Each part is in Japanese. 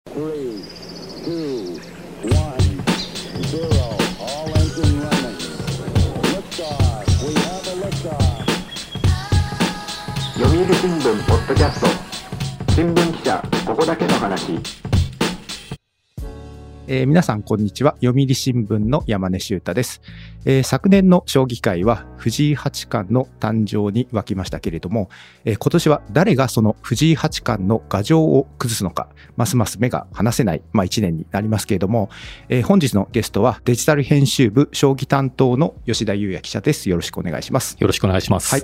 3, 2, 1, 0. All engine running. Liftoff. We have a liftoff. 読売新聞ポッドキャスト新聞記者ここだけの話。 皆さんこんにちは。読売新聞の山根修太です。昨年の将棋界は藤井八冠の誕生に沸きましたけれども、今年は誰がその藤井八冠の牙城を崩すのか、ますます目が離せない、1年になりますけれども、本日のゲストはデジタル編集部将棋担当の吉田裕也記者です。よろしくお願いします。 よろしくお願いします。 はい。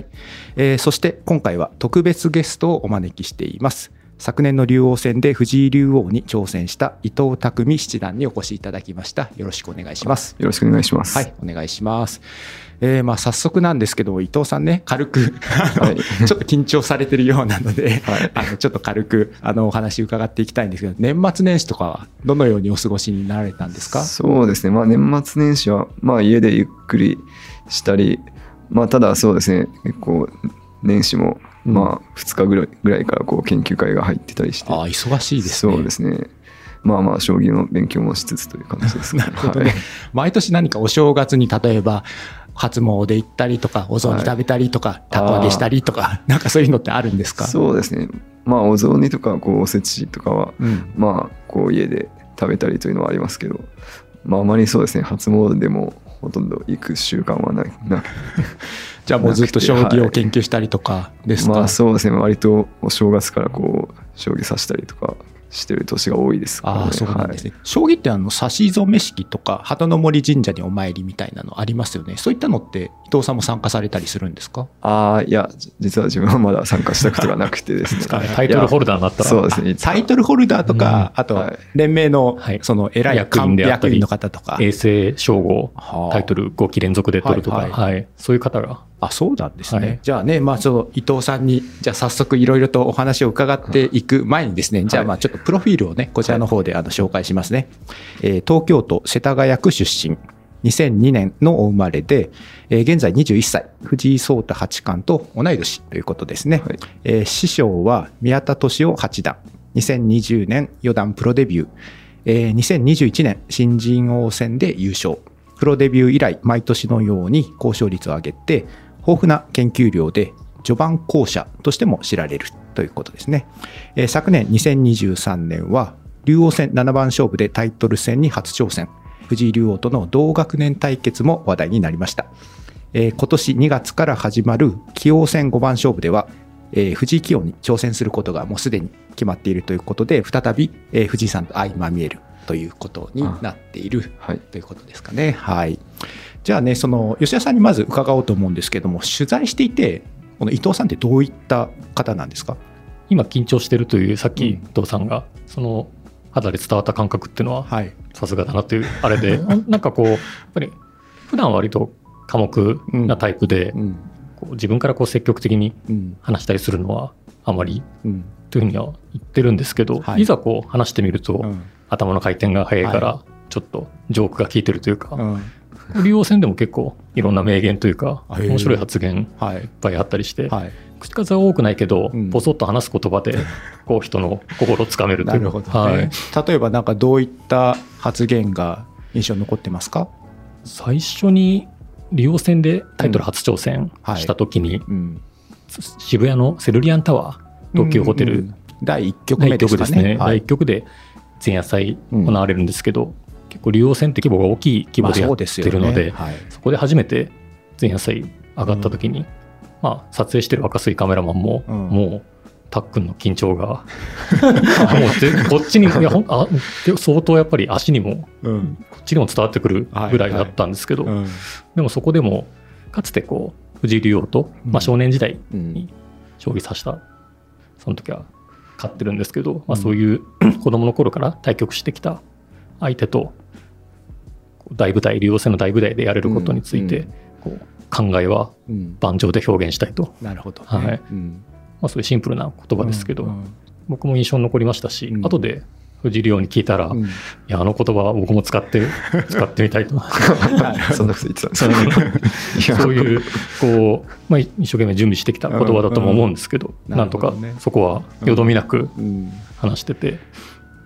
そして今回は特別ゲストをお招きしています。昨年の竜王戦で藤井竜王に挑戦した伊藤匠七段にお越しいただきました。よろしくお願いします。 よろしくお願いします。 はい、お願いします。早速なんですけど、伊藤さんね、軽くはい、 ちょっと緊張されてるようなので、 はい、 ちょっと軽くお話伺っていきたいんですけど、年末年始とかはどのようにお過ごしになられたんですか？ そうですね、年末年始は家でゆっくりしたり、ただそうですね、結構年始も2日ぐらいから研究会が入ってたりして、 忙しいですね。 そうですね。将棋の勉強もしつつという感じですね。 なるほどね。毎年何かお正月に例えば初詣行ったりとか、お雑煮食べたりとか、たこ揚げしたりとか、なんかそういうのってあるんですか？ そうですね。お雑煮とかおせちとかは、家で食べたりというのはありますけど、あまりそうですね、初詣もほとんど行く習慣はなくじゃあもうずっと将棋を研究したりとかですか？ そうですね、割とお正月から将棋指したりとかしてる年が多いですからね。 そうなんですね。将棋って指し初め式とか鳩の森神社にお参りみたいなのありますよね。そういったのって伊藤さんも参加されたりするんですか？ いや、実は自分はまだ参加したことがなくてですね。 タイトルホルダーになったら。 そうですね。 タイトルホルダーとか、あと連盟のその偉い役員の方とか、 永世称号タイトル5期連続で取るとか、そういう方が。 そうなんですね。じゃあね、伊藤さんにじゃあ早速いろいろとお話を伺っていく前にですね、じゃあちょっとプロフィールをね、こちらの方で紹介しますね。東京都世田谷区出身、2002年のお生まれで、現在21歳、藤井聡太八冠と同い年ということですね。師匠は宮田俊夫八段、2020年四段プロデビュー、2021年新人王戦で優勝。プロデビュー以来毎年のように高勝率を上げて、豊富な研究量で序盤巧者としても知られるということですね。昨年2023年は竜王戦7番勝負でタイトル戦に初挑戦。藤井竜王との同学年対決も話題になりました。今年2月から始まる棋王戦5番勝負では、藤井棋王に挑戦することがもうすでに決まっているということで、再び、藤井さんと相まみえるということになっているということですかね。はい。じゃあね、その吉田さんにまず伺おうと思うんですけども、取材していてこの伊藤さんってどういった方なんですか？ 今緊張してるというさっき伊藤さんがその肌で伝わった感覚っていうのはさすがだなというあれでなんかやっぱり普段は割と寡黙なタイプで、自分から積極的に話したりするのはあまりというふうには言ってるんですけど、いざ話してみると頭の回転が速いからちょっとジョークが効いてるというか、竜王戦でも結構いろんな名言というか面白い発言いっぱいあったりして、口数は多くないけどポソッと話す言葉で人の心をつかめるという。 なるほどね。例えばなんかどういった発言が印象に残ってますか？ 最初に竜王戦でタイトル初挑戦した時に、渋谷のセルリアンタワー東急ホテル、 第1局目ですかね。 第1局で前夜祭行われるんですけど、結構竜王戦って規模が大きい規模でやってるので、そこで初めて前夜祭上がった時に、撮影してる若水カメラマンも、もうたっくんの緊張がもうこっちに相当やっぱり足にも、こっちにも伝わってくるぐらいだったんですけど、でもそこでもかつて藤井竜王と、少年時代に将棋指したその時は勝ってるんですけど、そういう子供の頃から対局してきた相手と大舞台、竜王戦の大舞台でやれることについて、考えは盤上で表現したいと。 なるほどね。 そういうシンプルな言葉ですけど、僕も印象に残りましたし、後で藤井竜王に聞いたら、いや言葉は僕も使ってみたいとそんなこと言ってたんですそういう一生懸命準備してきた言葉だとも思うんですけど、なんとかそこはよどみなく話してて、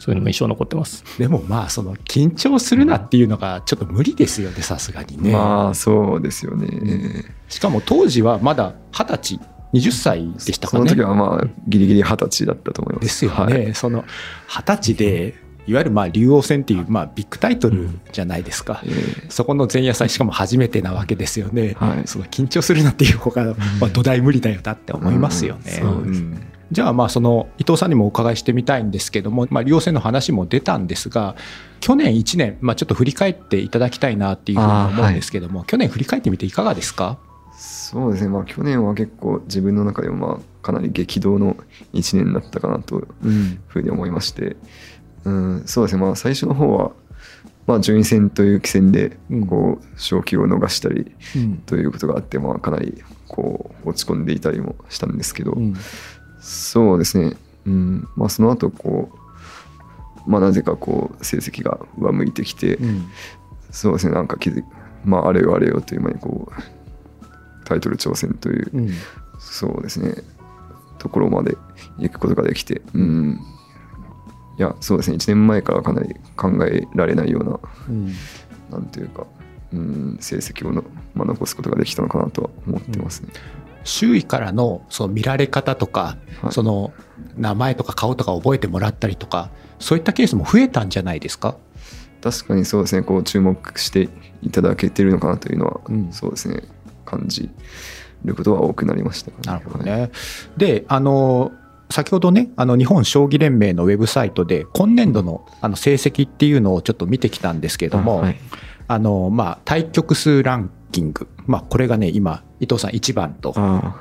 そういうのも印象残ってます。 でもまあその緊張するなっていうのがちょっと無理ですよね、さすがにね。 まあそうですよね。 しかも当時はまだ20歳20歳でしたかね。 その時はまあギリギリ20歳だったと思います。 ですよね。その20歳でいわゆるまあ竜王戦っていうまあビッグタイトルじゃないですか。そこの前夜祭しかも初めてなわけですよね。その緊張するなっていう方がまあ土台無理だよなって思いますよね。じゃあまあその伊藤さんにもお伺いしてみたいんですけども、まあ竜王戦の話も出たんですが、去年1年まあちょっと振り返っていただきたいなっていうふうに思うんですけども、去年振り返ってみていかがですか？ そうですね、まあ、去年は結構自分の中でもまあかなり激動の1年だったかなというふうに思いまして、そうですね、まあ最初の方はまあ順位戦という棋戦でこう昇級を逃したりということがあって、まあかなりこう落ち込んでいたりもしたんですけど、そうですね、まあその後こうまあなぜかこう成績が上向いてきて、そうですね、なんかまああれよあれよという間にこうタイトル挑戦という、そうですねところまで行くことができて、いやそうですね、1年前からかなり考えられないような、なんていうか、成績をまあ、残すことができたのかなとは思ってますね。 周囲からのその見られ方とか、その名前とか顔とか覚えてもらったりとか、そういったケースも増えたんじゃないですか？ 確かにそうですね、こう注目していただけてるのかなというのは、そうですね感じることは多くなりました。 なるほどね。で先ほどね日本将棋連盟のウェブサイトで今年度の成績っていうのをちょっと見てきたんですけども、まあ、対局数ランキング、まあ、これがね今伊藤さん1番と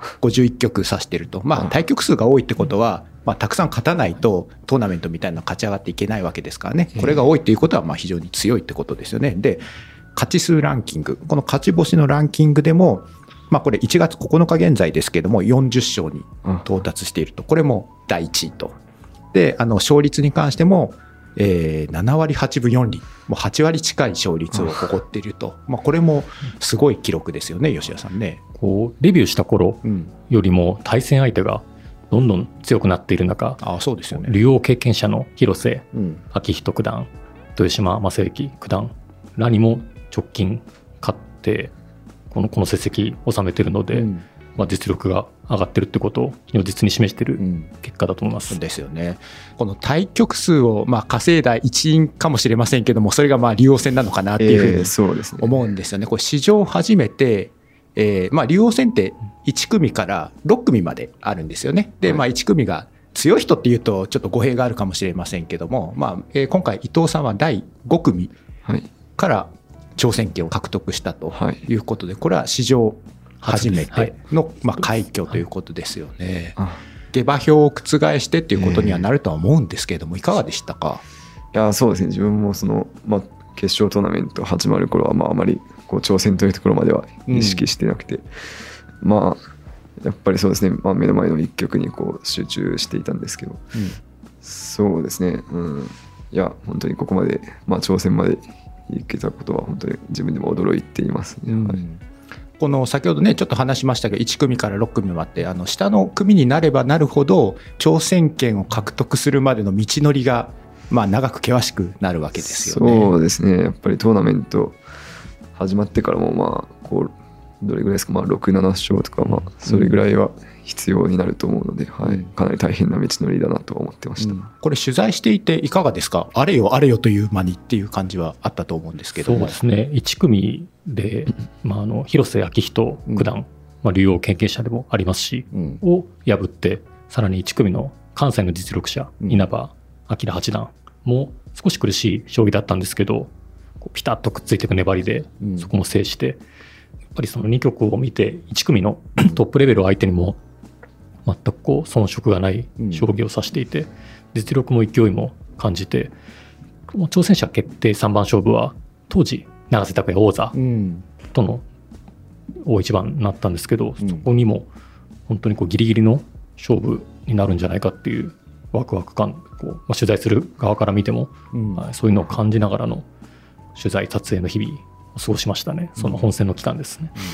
51局指してると、まあ、対局数が多いってことは、まあ、たくさん勝たないとトーナメントみたいなの勝ち上がっていけないわけですからね。これが多いっていうことはまあ非常に強いってことですよね。で勝ち数ランキング、この勝ち星のランキングでも、まあ、これ1月9日現在ですけども40勝に到達していると、これも第1位と。で勝率に関しても、7割8分4厘、もう8割近い勝率を誇っていると、まあ、これもすごい記録ですよね、吉田さんね。 こうデビューした頃よりも対戦相手がどんどん強くなっている中、 そうですよね、 竜王経験者の広瀬章人九段、豊島将之九段らにも直近勝ってこの成績を収めているので、まあ、実力が上がってるってことを如実に示している結果だと思います。 ですよね。この対局数をまあ稼いだ一因かもしれませんけども、それがまあ竜王戦なのかなっていうふうに思うんですよね。これ史上初めて、まあ竜王戦って1組から6組まであるんですよね。で、まあ、1組が強い人っていうとちょっと語弊があるかもしれませんけども、まあ今回伊藤さんは第5組から挑戦権を獲得したということで、これは史上初めてのまあ快挙ということですよね。下馬評を覆してっていうことにはなるとは思うんですけれども、いかがでしたか？ いやそうですね、自分もまあ、決勝トーナメント始まる頃はまああまりこう挑戦というところまでは意識してなくて、まあやっぱりそうですね、まあ、目の前の一局にこう集中していたんですけど、そうですね、いや本当にここまで、まあ、挑戦までいけたことは本当に自分でも驚いていますね。 この先ほどねちょっと話しましたけど、1組から6組もあって、下の組になればなるほど挑戦権を獲得するまでの道のりがまあ長く険しくなるわけですよね。 そうですね、やっぱりトーナメント始まってからもまあこうどれぐらいですか、まあ、6、7勝とか、まあそれぐらいは必要になると思うので、かなり大変な道のりだなと思ってました。 これ取材していていかがですか？あれよあれよという間にっていう感じはあったと思うんですけども。 そうですね、1組で、まあ、広瀬章人九段、まあ、竜王経験者でもありますし、を破って、さらに1組の関西の実力者、稲葉陽八段も少し苦しい将棋だったんですけど、こうピタッとくっついていく粘りでそこも制して、やっぱりその2局を見て1組のトップレベルを相手にも全くこう遜色がない将棋を指していて、実力も勢いも感じて、挑戦者決定3番勝負は当時永瀬拓矢王座との大一番になったんですけど、そこにも本当にこうギリギリの勝負になるんじゃないかっていうワクワク感、こう取材する側から見ても、そういうのを感じながらの取材撮影の日々を過ごしましたね。その本戦の期間ですね。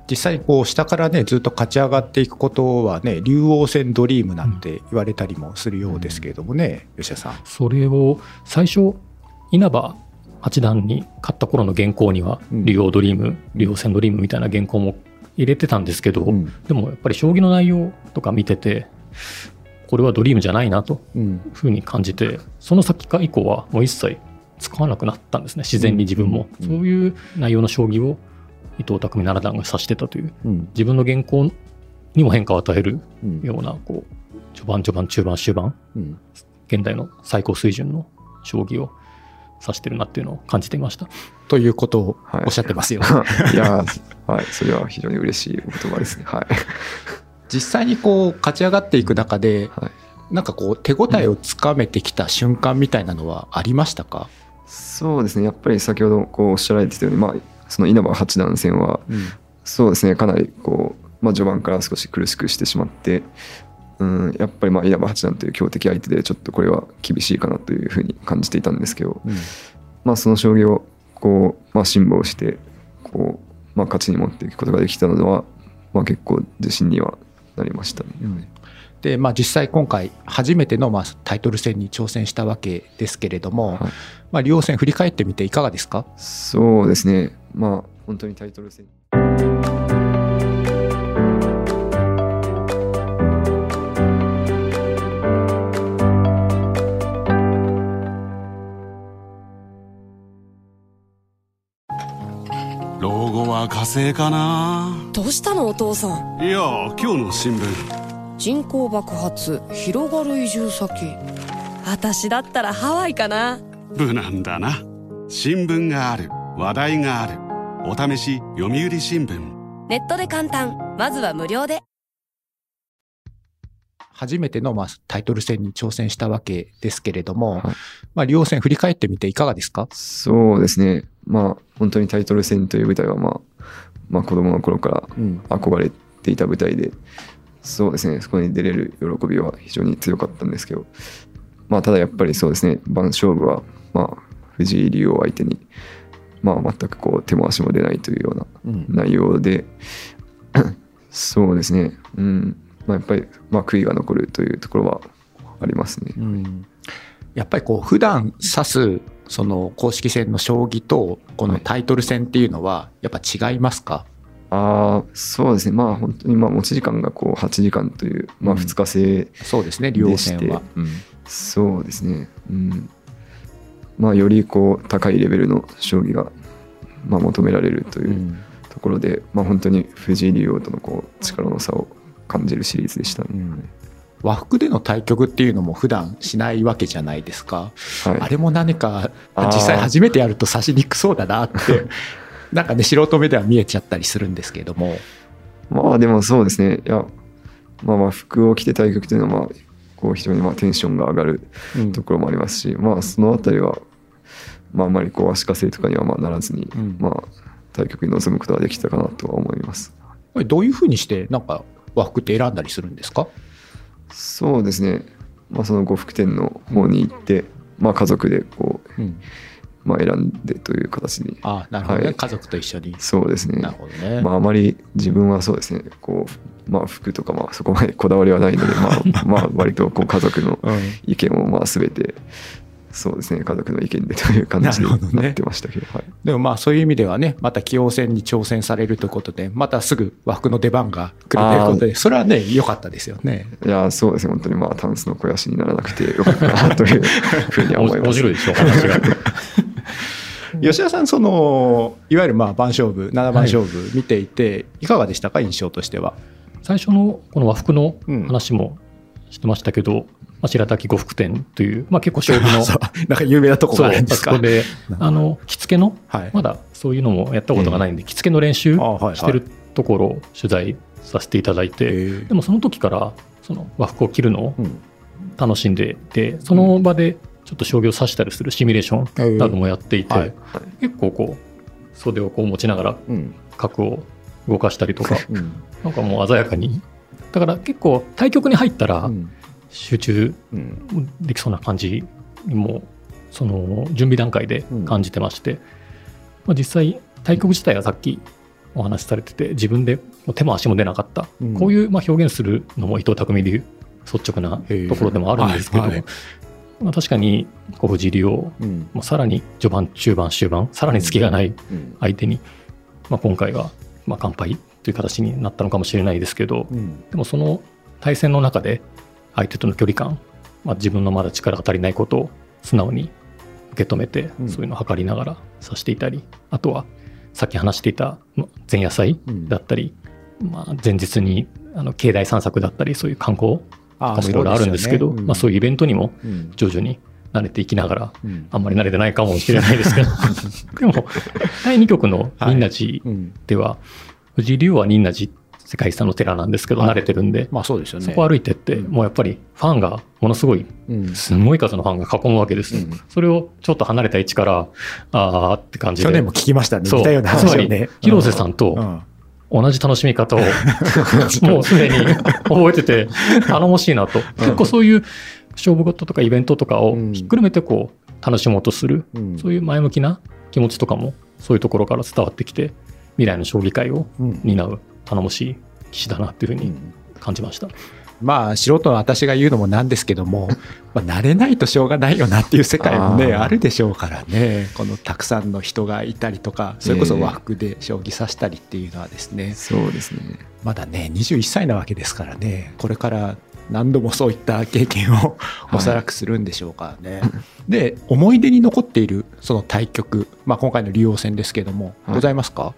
実際こう下からねずっと勝ち上がっていくことはね、竜王戦ドリームなんて言われたりもするようですけれどもね、吉田さん。 それを最初稲葉八段に勝った頃の原稿には竜王ドリーム、竜王戦ドリームみたいな原稿も入れてたんですけど、でもやっぱり将棋の内容とか見ててこれはドリームじゃないなというふうに感じて、その先以降はもう一切使わなくなったんですね、自然に自分も。そういう内容の将棋を伊藤匠七段が指してたという、自分の原稿にも変化を与えるようなこう序盤中盤終盤、現代の最高水準の将棋を指してるなっていうのを感じていましたということをおっしゃってますよ、 いや、はい、それは非常に嬉しいお言葉ですね。はい、 実際にこう勝ち上がっていく中で、なんかこう手応えをつかめてきた瞬間みたいなのはありましたか？ そうですね、やっぱり先ほどこうおっしゃられてたように、その稲葉八段戦は、そうですね、かなりこう、序盤から少し苦しくしてしまって、やっぱり稲葉八段という強敵相手でちょっとこれは厳しいかなというふうに感じていたんですけど、その将棋をこう、辛抱してこう、勝ちに持っていくことができたのは、結構自信にはなりましたね。 で実際今回初めてのタイトル戦に挑戦したわけですけれども、竜王戦振り返ってみていかがですか？ そうですね、本当にタイトル戦老後は火星かな。 どうしたのお父さん。 いや今日の新聞、 人口爆発広がる移住先。私だったらハワイかな。 無難だな。新聞がある、話題がある。お試し読売新聞。 ネットで簡単、まずは無料で。 初めてのタイトル戦に挑戦したわけですけれども、竜王戦振り返ってみていかがですか？ そうですね、本当にタイトル戦という舞台は子供の頃から憧れていた舞台で、そうですね、そこに出れる喜びは非常に強かったんですけど、ただやっぱりそうですね、番勝負は藤井竜王相手に全くこう手も足も出ないというような内容で、そうですね、やっぱり悔いが残るというところはありますね。 やっぱりこう普段指すその公式戦の将棋とこのタイトル戦っていうのはやっぱ違いますか？ そうですね、本当に持ち時間がこう8時間という、2日制でして、 そうですね、竜王戦は、 そうですね、よりこう高いレベルの将棋が求められるというところで、本当に藤井竜王とのこう力の差を感じるシリーズでしたね。 和服での対局っていうのも普段しないわけじゃないですか、あれも何か実際初めてやると指しにくそうだなってなんかね、素人目では見えちゃったりするんですけれども、 でもそうですね、いや和服を着て対局というのはこう非常にテンションが上がるところもありますし、そのあたりはあまりこう足かせとかにはならずに、対局に臨むことができたかなとは思います。 どういうふうにしてなんか和服って選んだりするんですか？ そうですね、その呉服店の方に行って、家族でこう、選んでという形に。 なるほどね、家族と一緒に。 そうですね。 なるほどね。 あまり自分はそうですね、こう服とかそこまでこだわりはないので、割とこう家族の意見を全てそうですね、家族の意見でという感じになってましたけど、 でもそういう意味ではね、また棋王戦に挑戦されるということで、またすぐ和服の出番が来るということで、それはね良かったですよね。 いやそうですね、本当にタンスの肥やしにならなくてよかったなというふうには思います。面白いでしょ話が吉田さん、いわゆる番勝負7番勝負見ていていかがでしたか？印象としては。 最初のこの和服の話もしてましたけど、白滝呉服店という、結構将棋のなんか有名なとこがあるんですか？ そこで着付けの、まだそういうのもやったことがないんで、着付けの練習してるところを取材させていただいて、でもその時からその和服を着るのを楽しんでて、その場でちょっと将棋を指したりするシミュレーションなどもやっていて、結構こう袖をこう持ちながら角を動かしたりとか、なんかもう鮮やかに、だから結構対局に入ったら集中できそうな感じもその準備段階で感じてまして、実際対局自体はさっきお話しされてて、自分で手も足も出なかった、こういう表現するのも伊藤匠でいう率直なところでもあるんですけど、確かに藤井竜王、さらに序盤中盤終盤さらに隙がない相手に、今回は完敗という形になったのかもしれないですけど、でもその対戦の中で相手との距離感、自分のまだ力が足りないことを素直に受け止めて、そういうのを測りながら指していたり、あとはさっき話していた前夜祭だったり、前日に境内散策だったり、そういう観光とかもいろいろあるんですけど、そういうイベントにも徐々に慣れていきながら、あんまり慣れてないかもしれないですけどでも第2局の仁和寺では、藤井竜王は仁和寺世界遺産の寺なんですけど、慣れてるんで、 そうですよね、 そこ歩いてって、もうやっぱりファンがものすごい、すごい数のファンが囲むわけです、それをちょっと離れた位置からあーって感じで、 去年も聞きましたね、似たような話をね。 つまり広瀬さんと同じ楽しみ方をもうすでに覚えてて頼もしいなと、結構そういう勝負事とかイベントとかをひっくるめて楽しもうとする、そういう前向きな気持ちとかもそういうところから伝わってきて、未来の将棋界を担う頼もしい棋士だなっていうふうに感じました。 素人の私が言うのもなんですけども、慣れないとしょうがないよなっていう世界もね、あるでしょうからね。このたくさんの人がいたりとか、それこそ和服で将棋指したりっていうのはですね、 そうですね、 まだね21歳なわけですからね、これから何度もそういった経験をおそらくするんでしょうからね、で思い出に残っているその対局、今回の竜王戦ですけども、ございますか？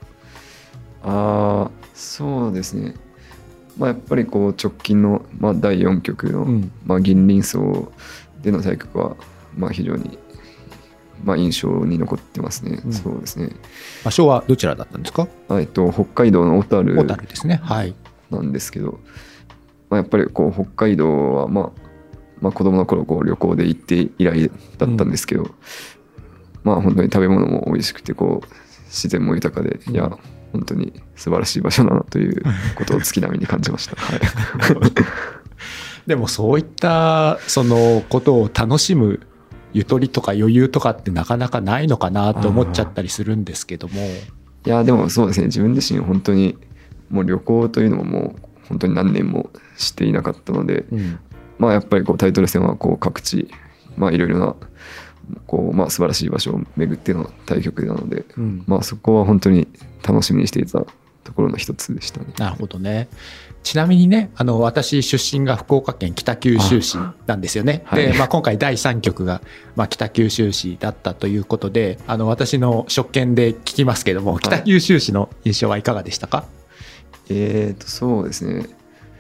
そうですね、やっぱり直近の第4局の銀鱗荘での対局は非常に印象に残ってますね。そうですね。 場所はどちらだったんですか？ 北海道の小樽ですね。はい。 なんですけど、やっぱり北海道は子供の頃旅行で行って以来だったんですけど、本当に食べ物も美味しくて自然も豊かで、いや本当に素晴らしい場所だなということを月並みに感じました。 でもそういったそのことを楽しむゆとりとか余裕とかってなかなかないのかなと思っちゃったりするんですけども。 いやでもそうですね、自分自身本当にもう旅行というのももう本当に何年もしていなかったので、やっぱりタイトル戦は各地いろいろな素晴らしい場所を巡っての対局なので、そこは本当に楽しみにしていたところの一つでしたね。 なるほどね。ちなみにね、私出身が福岡県北九州市なんですよね。で、今回第3局が、北九州市だったということで、私の職権で聞きますけども、北九州市の印象はいかがでしたか？ そうですね。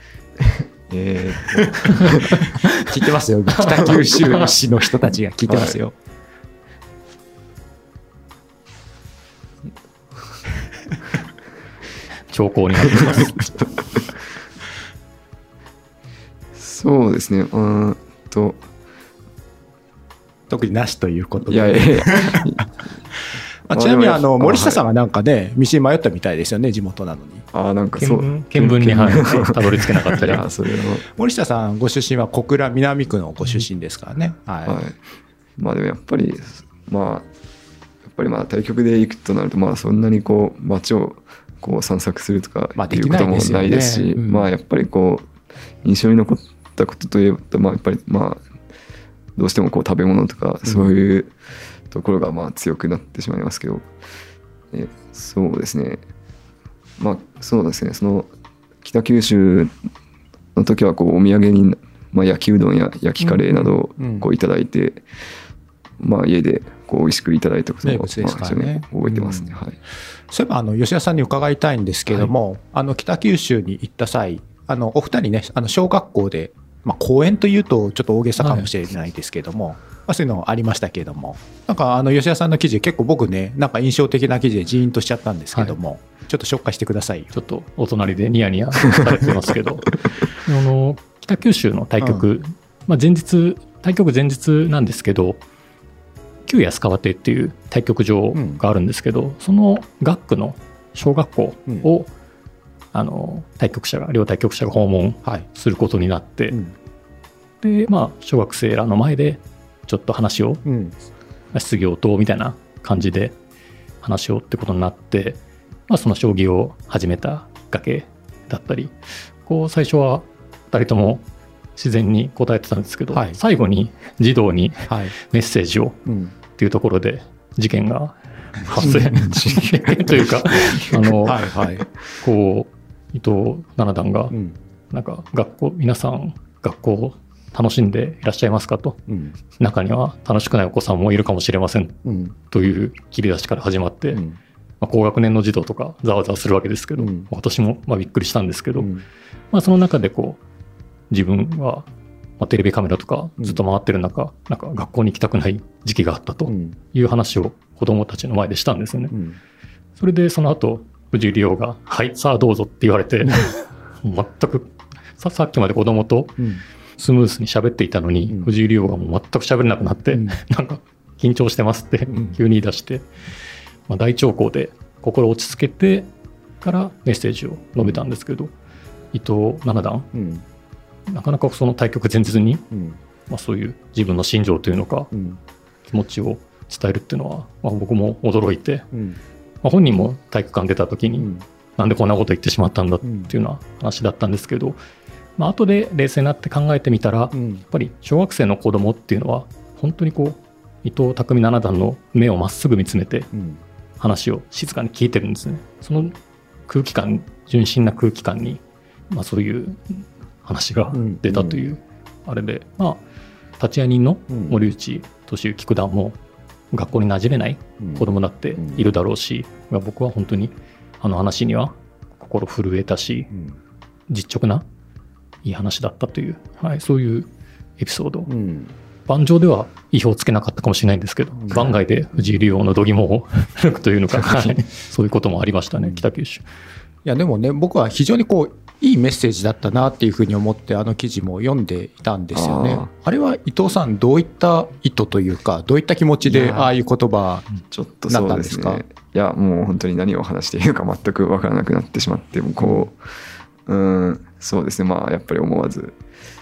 聞いてますよ。北九州市の人たちが聞いてますよ。 兆候になってます。 そうですね。 特になしということで。 いやちなみに森下さんがなんかね、道に迷ったみたいですよね、地元なのに。 なんかそう見聞にたどり着けなかったり。 森下さんご出身は小倉南区のご出身ですからね。 でもやっぱり対局で行くとなるとそんなに街を散策するとかっていうこともないですし、やっぱり印象に残ったことといえばやっぱりどうしても食べ物とかそういうところが強くなってしまいますけど、そうですね、そうですね、その北九州の時はお土産に焼きうどんや焼きカレーなどをいただいて、家で美味しくいただいたことも非常に覚えてますね。 そういえば吉田さんに伺いたいんですけれども、北九州に行った際、お二人ね、小学校で、公園というとちょっと大げさかもしれないですけれども、そういうのありましたけれども、なんか吉田さんの記事結構僕ね、なんか印象的な記事でジーンとしちゃったんですけども、ちょっと紹介してください。 ちょっとお隣でニヤニヤされてますけど北九州の対局、対局前日なんですけど、旧安川邸っていう対局場があるんですけど、その学区の小学校を、両対局者が訪問することになって、で小学生らの前でちょっと話を、質疑応答みたいな感じで話をってことになって、 その将棋を始めたきっかけだったり、最初は2人とも自然に答えてたんですけど、最後に児童にメッセージをっていうところで事件が発生事件というか伊藤七段がなんか皆さん学校楽しんでいらっしゃいますかと、中には楽しくないお子さんもいるかもしれませんという切り出しから始まって、高学年の児童とかざわざわするわけですけど、私もびっくりしたんですけど、その中で自分はテレビカメラとかずっと回ってる中、なんか学校に行きたくない時期があったという話を子どもたちの前でしたんですよね。それでその後藤井竜王が「はいさあどうぞ」って言われて全くさっきまで子どもとスムースに喋っていたのに、藤井竜王がもう全く喋れなくなって、なんか緊張してますって急に言い出して、大長考で心を落ち着けてからメッセージを述べたんですけど、伊藤七段、なかなかその対局前日に、そういう自分の心情というのか、気持ちを伝えるっていうのは、僕も驚いて、本人も体育館出た時に、なんでこんなこと言ってしまったんだっていうような話だったんですけど、後で冷静になって考えてみたら、やっぱり小学生の子供っていうのは本当に伊藤匠七段の目をまっすぐ見つめて話を静かに聞いてるんですね。その空気感、純真な空気感に、そういう話が出たというあれで、立会人の森内俊之九段も学校に馴染めない子供だっているだろうし、僕は本当にあの話には心震えたし、実直ないい話だったという、そういうエピソード、盤上では意表をつけなかったかもしれないんですけど、盤外で藤井竜王の度肝を抜くというのか、そういうこともありましたね、北九州。 いやでもね、僕は非常にいいメッセージだったなっていうふうに思ってあの記事も読んでいたんですよね。あれは伊藤さんどういった意図というか、どういった気持ちでああいう言葉ちょっとそうですね。いやもう本当に何を話しているか全く分からなくなってしまって、そうですね、やっぱり思わず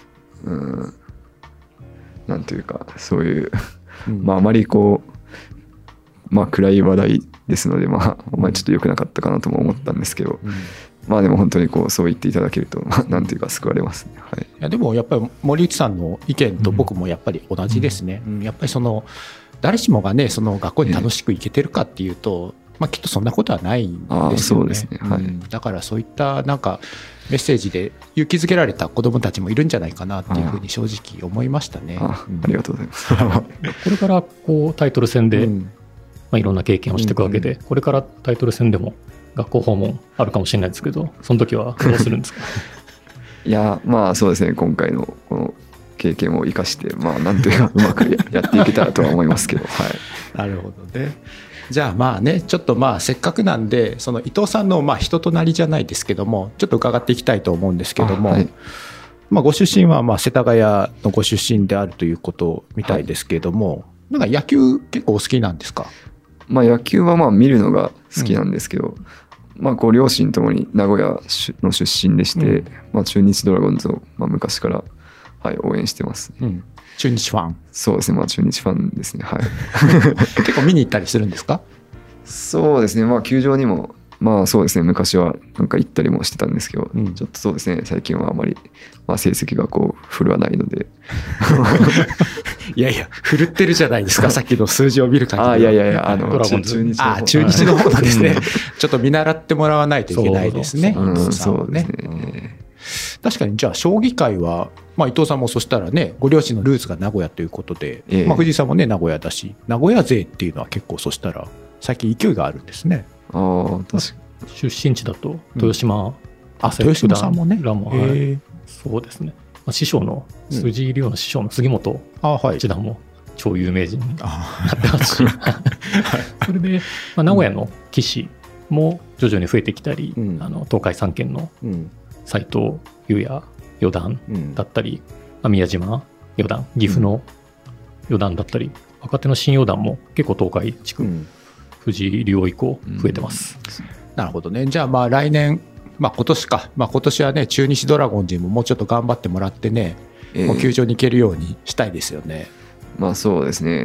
なんというかそういうあまり暗い話題ですので、あんまりちょっと良くなかったかなとも思ったんですけど、でも本当にそう言っていただけるとなんていうか救われますね。 いやでもやっぱり森内さんの意見と僕もやっぱり同じですね。やっぱり誰しもがね、その学校に楽しく行けてるかっていうと、きっとそんなことはないんですよね。 そうですね、 だからそういったなんかメッセージで勇気づけられた子どもたちもいるんじゃないかなっていうふうに正直思いましたね。 ありがとうございますこれからタイトル戦で、いろんな経験をしていくわけで、これからタイトル戦でも学校訪問あるかもしれないですけど、その時はどうするんですか？ いやそうですね、今回のこの経験を生かしてなんというかうまくやっていけたらとは思いますけどなるほどね。じゃあちょっとせっかくなんで、その伊藤さんの人となりじゃないですけども、ちょっと伺っていきたいと思うんですけども、ご出身は世田谷のご出身であるということみたいですけども、なんか野球結構お好きなんですか？ 野球は見るのが好きなんですけど、両親ともに名古屋の出身でして、中日ドラゴンズを昔から応援してます、 中日ファン？ そうですね、中日ファンですね。 結構見に行ったりするんですか？ そうですね、球場にもそうですね、昔はなんか行ったりもしてたんですけど、ちょっとそうですね、最近はあまり成績が振るわないのでいや振るってるじゃないですか、さっきの数字を見る限り。 ドラゴンズ中日の方なんですね。ちょっと見習ってもらわないといけないですね。 そうですね。 確かに、じゃあ将棋界は、伊藤さんもそしたらね、ご両親のルーツが名古屋ということで、藤井さんもね名古屋だし、名古屋勢っていうのは結構そしたら最近勢いがあるんですね。 確かに。 出身地だと豊島、 豊島さんもね、 そうですね。師匠の藤井竜王の師匠の杉本八段も超有名人になってますし、それで名古屋の棋士も徐々に増えてきたり、東海三県の斎藤佑也四段だったり、宮島四段、岐阜の四段だったり、若手の新四段も結構東海地区、藤井竜王以降増えてます。 なるほどね。じゃあ来年、今年か、今年はね中日ドラゴンズにももうちょっと頑張ってもらってね、もう球場に行けるようにしたいですよね。 そうですね。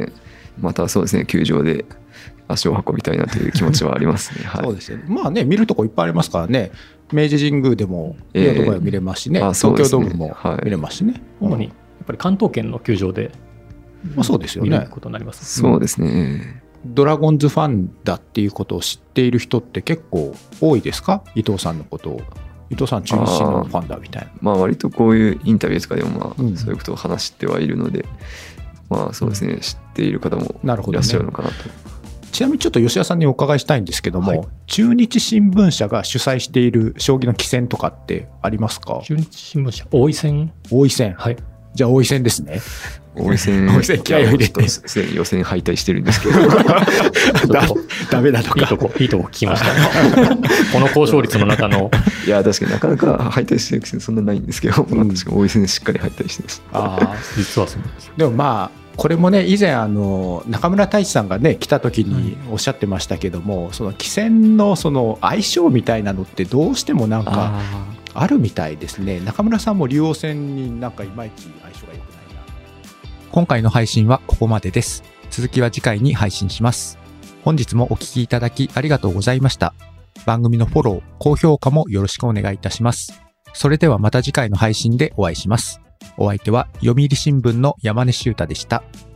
またそうですね、球場で足を運びたいなという気持ちはありますね。はい、 そうですよね。まあね、見るとこいっぱいありますからね。明治神宮でもいろんなところで見れますしね、東京ドームも見れますしね。 主にやっぱり関東圏の球場でそうですよね。 見ることになります。 そうですね。 ドラゴンズファンだっていうことを知っている人って結構多いですか？伊藤さんのことを。伊藤さん中日のファンだみたいな。 まあ割とこういうインタビューとかでもまあそういうことを話してはいるので、まあそうですね、知っている方もいらっしゃるのかなと。 ちなみにちょっと吉田さんにお伺いしたいんですけども、中日新聞社が主催している将棋の棋戦とかってありますか？ 中日新聞社、大井戦。 大井戦。はい。じゃあ大井戦ですね。 大井戦気合を入れてすでに予選敗退してるんですけどダメだとかいいとこ聞きましたこの高勝率の中のいや確かになかなか敗退してるくせにそんなないんですけど、確かに大井戦でしっかり敗退してます。 実はそうです。 でもまあこれもね、以前中村太一さんがね来た時におっしゃってましたけども、その棋戦のその相性みたいなのってどうしてもなんかあるみたいですね。中村さんも竜王戦になんかいまいち相性が良くないな。今回の配信はここまでです。続きは次回に配信します。本日もお聞きいただきありがとうございました。番組のフォロー、高評価もよろしくお願いいたします。それではまた次回の配信でお会いします。お相手は読売新聞の山根修太でした。